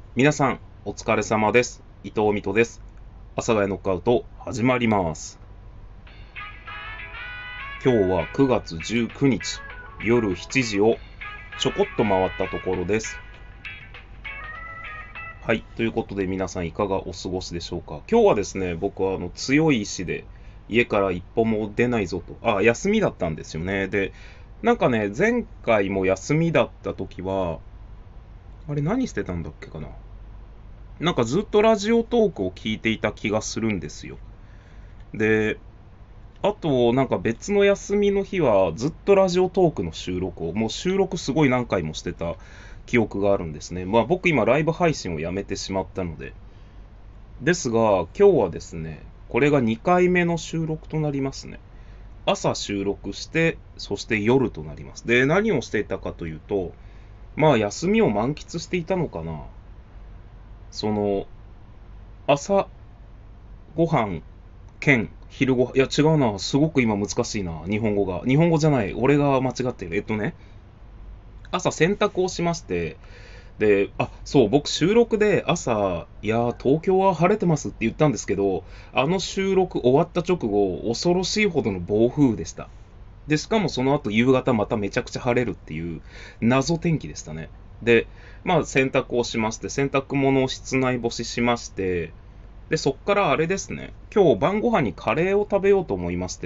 皆さん、お疲れ様です。伊藤美斗です。阿佐ヶ谷ノックアウト、始まります。今日は9月19日、夜7時をちょこっと回ったところです。はい、ということで皆さんいかがお過ごしでしょうか。今日はですね、僕は強い意志で家から一歩も出ないぞと、休みだったんですよね。で、なんかね、前回も休みだった時は、あれ何してたんだっけかな。なんかずっとラジオトークを聞いていた気がするんですよ。で、あと、なんか別の休みの日はずっとラジオトークの収録を、もう収録すごい何回もしてた記憶があるんですね。まあ僕今ライブ配信をやめてしまったので。ですが、今日はですね、これが2回目の収録となりますね。朝収録して、そして夜となります。で、何をしていたかというと、まあ休みを満喫していたのかな。その、朝ごはん兼昼ごはん、いや違うな、すごく今難しいな、日本語が。日本語じゃない、俺が間違ってる。朝洗濯をしまして、で、そう、僕収録で朝、いやー、東京は晴れてますって言ったんですけど、あの収録終わった直後、恐ろしいほどの暴風雨でした。で、しかもその後夕方まためちゃくちゃ晴れるっていう謎天気でしたね。で、まあ洗濯をしまして、洗濯物を室内干ししまして、で、そっからあれですね。今日晩ご飯にカレーを食べようと思いまして、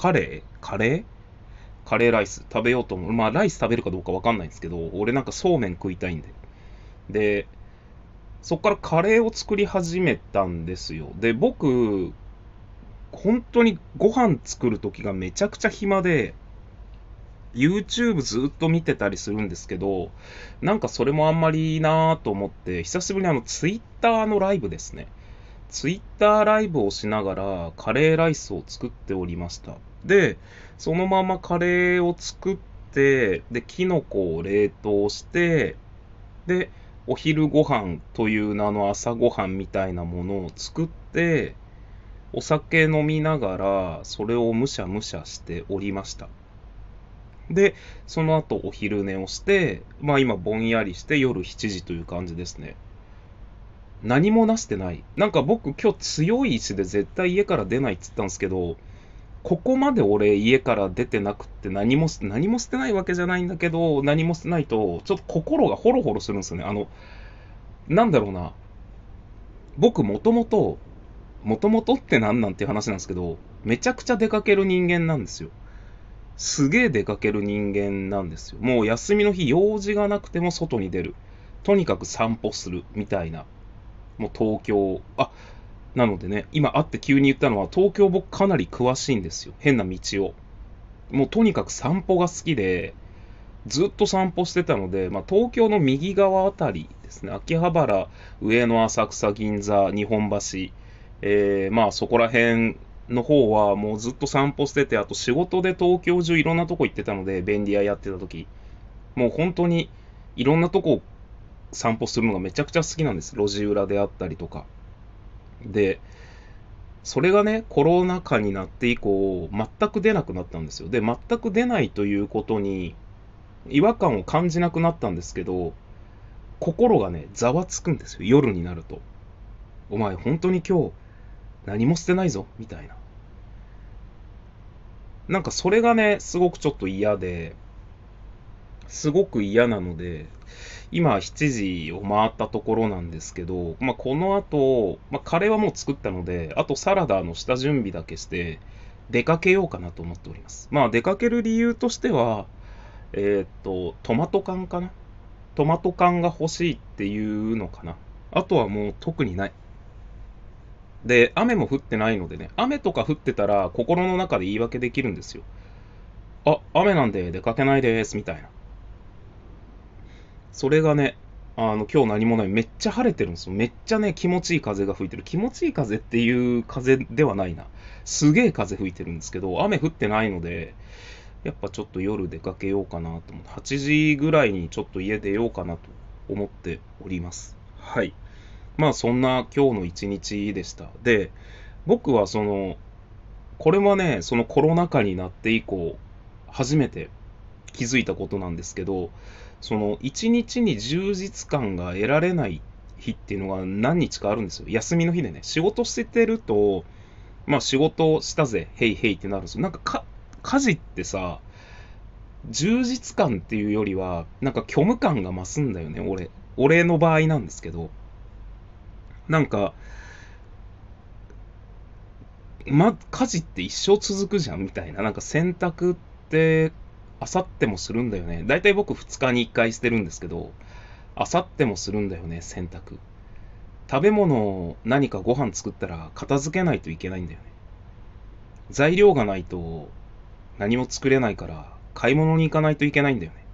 カレーライス食べようと思う。まあ、ライス食べるかどうかわかんないんですけど、俺なんかそうめん食いたいんで。で、そっからカレーを作り始めたんですよ。で、僕、本当にご飯作るときがめちゃくちゃ暇で、YouTube ずっと見てたりするんですけど、なんかそれもあんまりなぁと思って、久しぶりにTwitter のライブですね。ツイッターライブをしながらカレーライスを作っておりました。で、そのままカレーを作って、で、キノコを冷凍して、で、お昼ご飯という名の朝ごはんみたいなものを作って、お酒飲みながら、それをむしゃむしゃしておりました。で、その後お昼寝をして、まあ今ぼんやりして夜7時という感じですね。何もなしてない。なんか僕今日強い意志で絶対家から出ないって言ったんですけど、ここまで俺家から出てなくって何もしてないわけじゃないんだけど、何もしてないと、ちょっと心がホロホロするんですよね。なんだろうな。僕もともとってなんなんていう話なんですけど、めちゃくちゃ出かける人間なんですよ。すげえ出かける人間なんですよ。もう休みの日用事がなくても外に出る。とにかく散歩するみたいな。もう東京、なのでね、今会って急に言ったのは、東京僕かなり詳しいんですよ。変な道を。もうとにかく散歩が好きで、ずっと散歩してたので、まあ、東京の右側あたりですね、秋葉原、上野、浅草、銀座、日本橋、まあそこら辺の方はもうずっと散歩してて、あと仕事で東京中いろんなとこ行ってたので、便利屋やってた時、もう本当にいろんなとこ散歩するのがめちゃくちゃ好きなんです。路地裏であったりとか。で、それがね、コロナ禍になって以降、全く出なくなったんですよ。で、全く出ないということに、違和感を感じなくなったんですけど、心がね、ざわつくんですよ。夜になると。お前、本当に今日、何もしてないぞみたいな。なんかそれがね、すごくちょっと嫌で、すごく嫌なので、今7時を回ったところなんですけど、まあ、この後、まあ、カレーはもう作ったので、あとサラダの下準備だけして、出かけようかなと思っております。まあ、出かける理由としては、トマト缶かな。トマト缶が欲しいっていうのかな。あとはもう特にない。で、雨も降ってないのでね、雨とか降ってたら心の中で言い訳できるんですよ。雨なんで出かけないです、みたいな。それがね、今日何もない。めっちゃ晴れてるんですよ。めっちゃね、気持ちいい風が吹いてる。気持ちいい風っていう風ではないな。すげえ風吹いてるんですけど、雨降ってないので、やっぱちょっと夜出かけようかなと思って、8時ぐらいにちょっと家出ようかなと思っております。はい。まあそんな今日の一日でした。で、僕はこれはね、そのコロナ禍になって以降、初めて気づいたことなんですけど、その一日に充実感が得られない日っていうのが何日かあるんですよ。休みの日でね。仕事してると、まあ仕事したぜ、ヘイヘイってなるんですよ。家事ってさ、充実感っていうよりは、なんか虚無感が増すんだよね、俺の場合なんですけど。なんか、家事って一生続くじゃんみたいな。なんか洗濯って、あさってもするんだよね。だいたい僕2日に1回してるんですけど、あさってもするんだよね、洗濯。食べ物、何かご飯作ったら片付けないといけないんだよね。材料がないと何も作れないから、買い物に行かないといけないんだよね。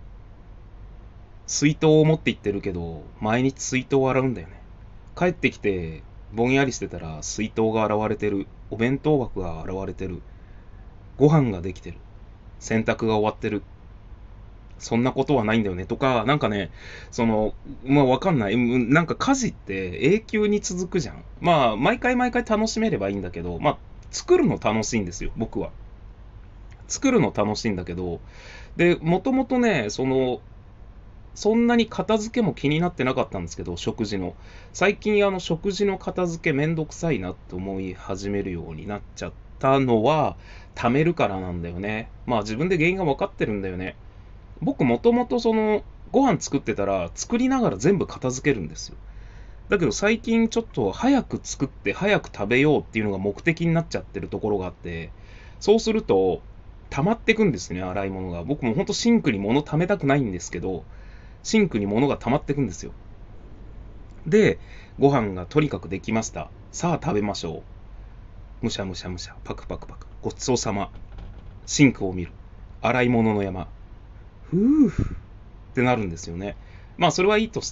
水筒を持って行ってるけど、毎日水筒を洗うんだよね。帰ってきて、ぼんやりしてたら水筒が洗われてる。お弁当箱が洗われてる。ご飯ができてる。洗濯が終わってる。そんなことはないんだよね。とか、なんかね、わかんない。なんか家事って永久に続くじゃん。まあ、毎回毎回楽しめればいいんだけど、まあ、作るの楽しいんですよ、僕は。作るの楽しいんだけど、で、もともとね、そんなに片付けも気になってなかったんですけど、食事の。最近食事の片付けめんどくさいなって思い始めるようになっちゃったのは、貯めるからなんだよね。まあ自分で原因が分かってるんだよね。僕もともとご飯作ってたら、作りながら全部片付けるんですよ。だけど最近ちょっと早く作って早く食べようっていうのが目的になっちゃってるところがあって、そうすると、溜まってくんですね、洗い物が。僕もほんとシンクに物溜めたくないんですけど、シンクに物が溜まってくんですよ。で、ご飯がとにかくできました。さあ食べましょう。むしゃむしゃむしゃ、パクパクパク。ごちそうさま。シンクを見る。洗い物の山。ふぅってなるんですよね。まあそれはいいとして、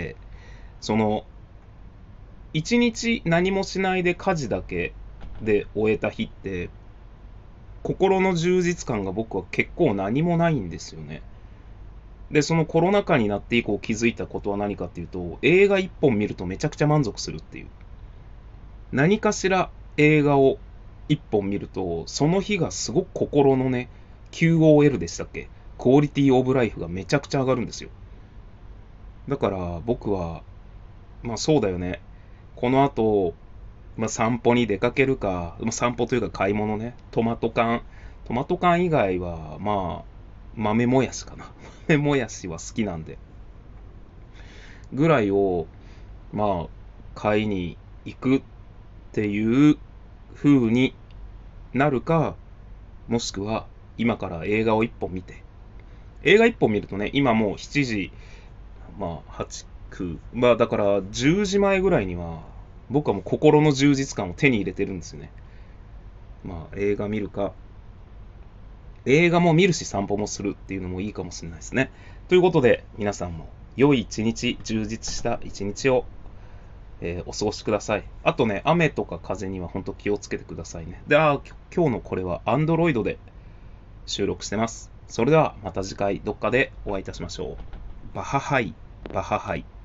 その、一日何もしないで家事だけで終えた日って、心の充実感が僕は結構何もないんですよね。で、そのコロナ禍になって以降気づいたことは何かっていうと、映画一本見るとめちゃくちゃ満足するっていう。何かしら映画を一本見ると、その日がすごく心のね、QOL でしたっけ？クオリティオブライフがめちゃくちゃ上がるんですよ。だから僕は、まあそうだよね。この後、まあ散歩に出かけるか、まあ、散歩というか買い物ね。トマト缶以外は、まあ、豆もやしかな。豆もやしは好きなんで。ぐらいを、まあ、買いに行くっていう風になるか、もしくは今から映画を一本見て、映画一本見るとね、今もう7時、まあ8、9、まあだから10時前ぐらいには、僕はもう心の充実感を手に入れてるんですよね。まあ映画見るか、映画も見るし散歩もするっていうのもいいかもしれないですね。ということで、皆さんも良い一日、充実した一日を、お過ごしください。あとね、雨とか風には本当気をつけてくださいね。で、今日のこれは Android で収録してます。それではまた次回どっかでお会いいたしましょう。バハハイ、バハハイ。